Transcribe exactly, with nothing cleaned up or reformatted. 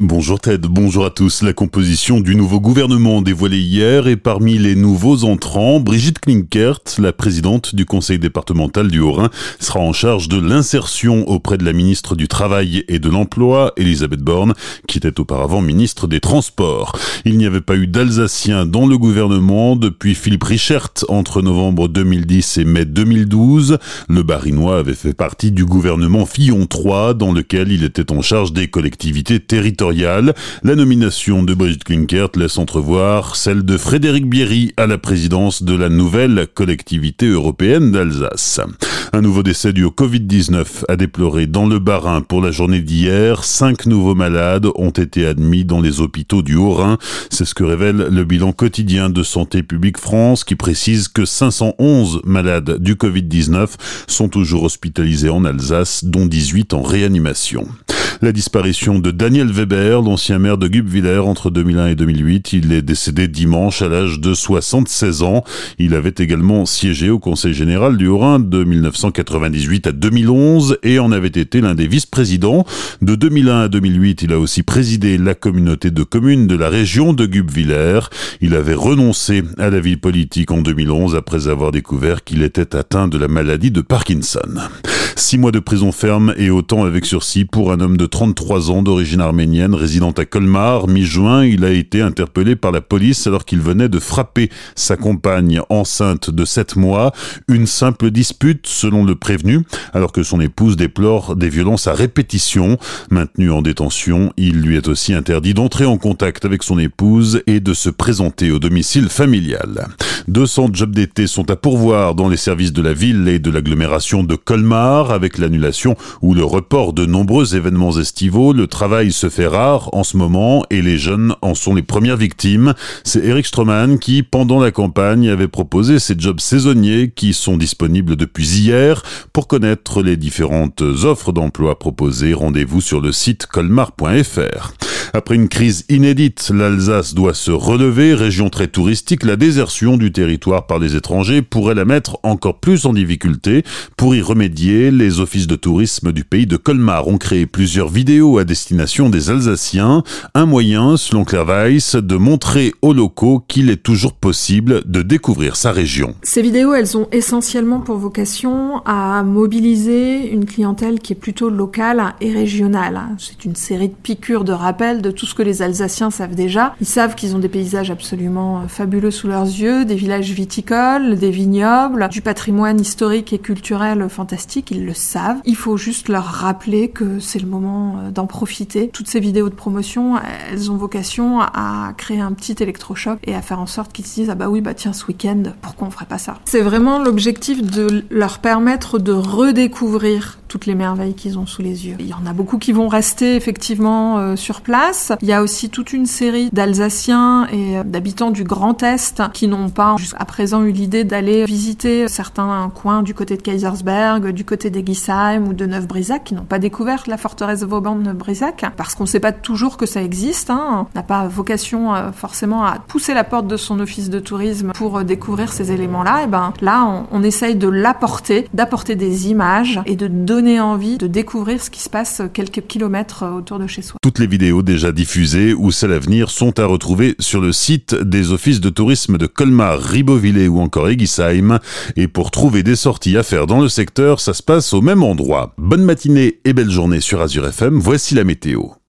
Bonjour Ted, bonjour à tous. La composition du nouveau gouvernement dévoilée hier et parmi les nouveaux entrants, Brigitte Klinkert, la présidente du conseil départemental du Haut-Rhin, sera en charge de l'insertion auprès de la ministre du Travail et de l'Emploi, Elisabeth Borne, qui était auparavant ministre des Transports. Il n'y avait pas eu d'Alsaciens dans le gouvernement depuis Philippe Richert entre novembre deux mille dix et mai deux mille douze. Le Barinois avait fait partie du gouvernement Fillon trois, dans lequel il était en charge des collectivités territoriales. La nomination de Brigitte Klinkert laisse entrevoir celle de Frédéric Bierry à la présidence de la nouvelle collectivité européenne d'Alsace. Un nouveau décès dû au covid dix-neuf a déploré dans le Bas-Rhin pour la journée d'hier. Cinq nouveaux malades ont été admis dans les hôpitaux du Haut-Rhin. C'est ce que révèle le bilan quotidien de Santé publique France qui précise que cinq cent onze malades du covid dix-neuf sont toujours hospitalisés en Alsace, dont dix-huit en réanimation. La disparition de Daniel Weber, l'ancien maire de Guebwiller entre deux mille un et deux mille huit. Il est décédé dimanche à l'âge de soixante-seize ans. Il avait également siégé au Conseil général du Haut-Rhin de mille neuf cent quatre-vingt-dix-huit à deux mille onze et en avait été l'un des vice-présidents. De deux mille un à deux mille huit, il a aussi présidé la communauté de communes de la région de Guebwiller. Il avait renoncé à la vie politique en deux mille onze après avoir découvert qu'il était atteint de la maladie de Parkinson. Six mois de prison ferme et autant avec sursis pour un homme de trente-trois ans d'origine arménienne résidant à Colmar. Mi-juin, il a été interpellé par la police alors qu'il venait de frapper sa compagne enceinte de sept mois. Une simple dispute selon le prévenu, alors que son épouse déplore des violences à répétition. Maintenu en détention, il lui est aussi interdit d'entrer en contact avec son épouse et de se présenter au domicile familial. deux cents jobs d'été sont à pourvoir dans les services de la ville et de l'agglomération de Colmar. Avec l'annulation ou le report de nombreux événements estivaux, le travail se fait rare en ce moment et les jeunes en sont les premières victimes. C'est Eric Stroman qui, pendant la campagne, avait proposé ces jobs saisonniers qui sont disponibles depuis hier. Pour connaître les différentes offres d'emploi proposées, rendez-vous sur le site colmar point f r. Après une crise inédite, l'Alsace doit se relever. Région très touristique, la désertion du territoire par les étrangers pourrait la mettre encore plus en difficulté. Pour y remédier, les offices de tourisme du pays de Colmar ont créé plusieurs vidéos à destination des Alsaciens. Un moyen, selon Claire Weiss, de montrer aux locaux qu'il est toujours possible de découvrir sa région. Ces vidéos, elles ont essentiellement pour vocation à mobiliser une clientèle qui est plutôt locale et régionale. C'est une série de piqûres de rappel de tout ce que les Alsaciens savent déjà. Ils savent qu'ils ont des paysages absolument fabuleux sous leurs yeux, des villages viticoles, des vignobles, du patrimoine historique et culturel fantastique, ils le savent. Il faut juste leur rappeler que c'est le moment d'en profiter. Toutes ces vidéos de promotion, elles ont vocation à créer un petit électrochoc et à faire en sorte qu'ils se disent « Ah bah oui, bah tiens, ce week-end, pourquoi on ferait pas ça ?» C'est vraiment l'objectif de leur permettre de redécouvrir toutes les merveilles qu'ils ont sous les yeux. Il y en a beaucoup qui vont rester effectivement euh, sur place. Il y a aussi toute une série d'Alsaciens et euh, d'habitants du Grand Est qui n'ont pas jusqu'à présent eu l'idée d'aller visiter certains coins du côté de Kaisersberg, du côté d'Egisheim ou de Neuf-Brisach, qui n'ont pas découvert la forteresse vauban de Neuf-Brisach, parce qu'on ne sait pas toujours que ça existe. Hein. On n'a pas vocation euh, forcément à pousser la porte de son office de tourisme pour euh, découvrir ces éléments-là. Et ben là, on, on essaye de l'apporter, d'apporter des images et de donner envie de découvrir ce qui se passe quelques kilomètres autour de chez soi. Toutes les vidéos déjà diffusées ou celles à venir sont à retrouver sur le site des offices de tourisme de Colmar, Ribeauvillé ou encore Egisheim. Et pour trouver des sorties à faire dans le secteur, ça se passe au même endroit. Bonne matinée et belle journée sur Azure F M, voici la météo.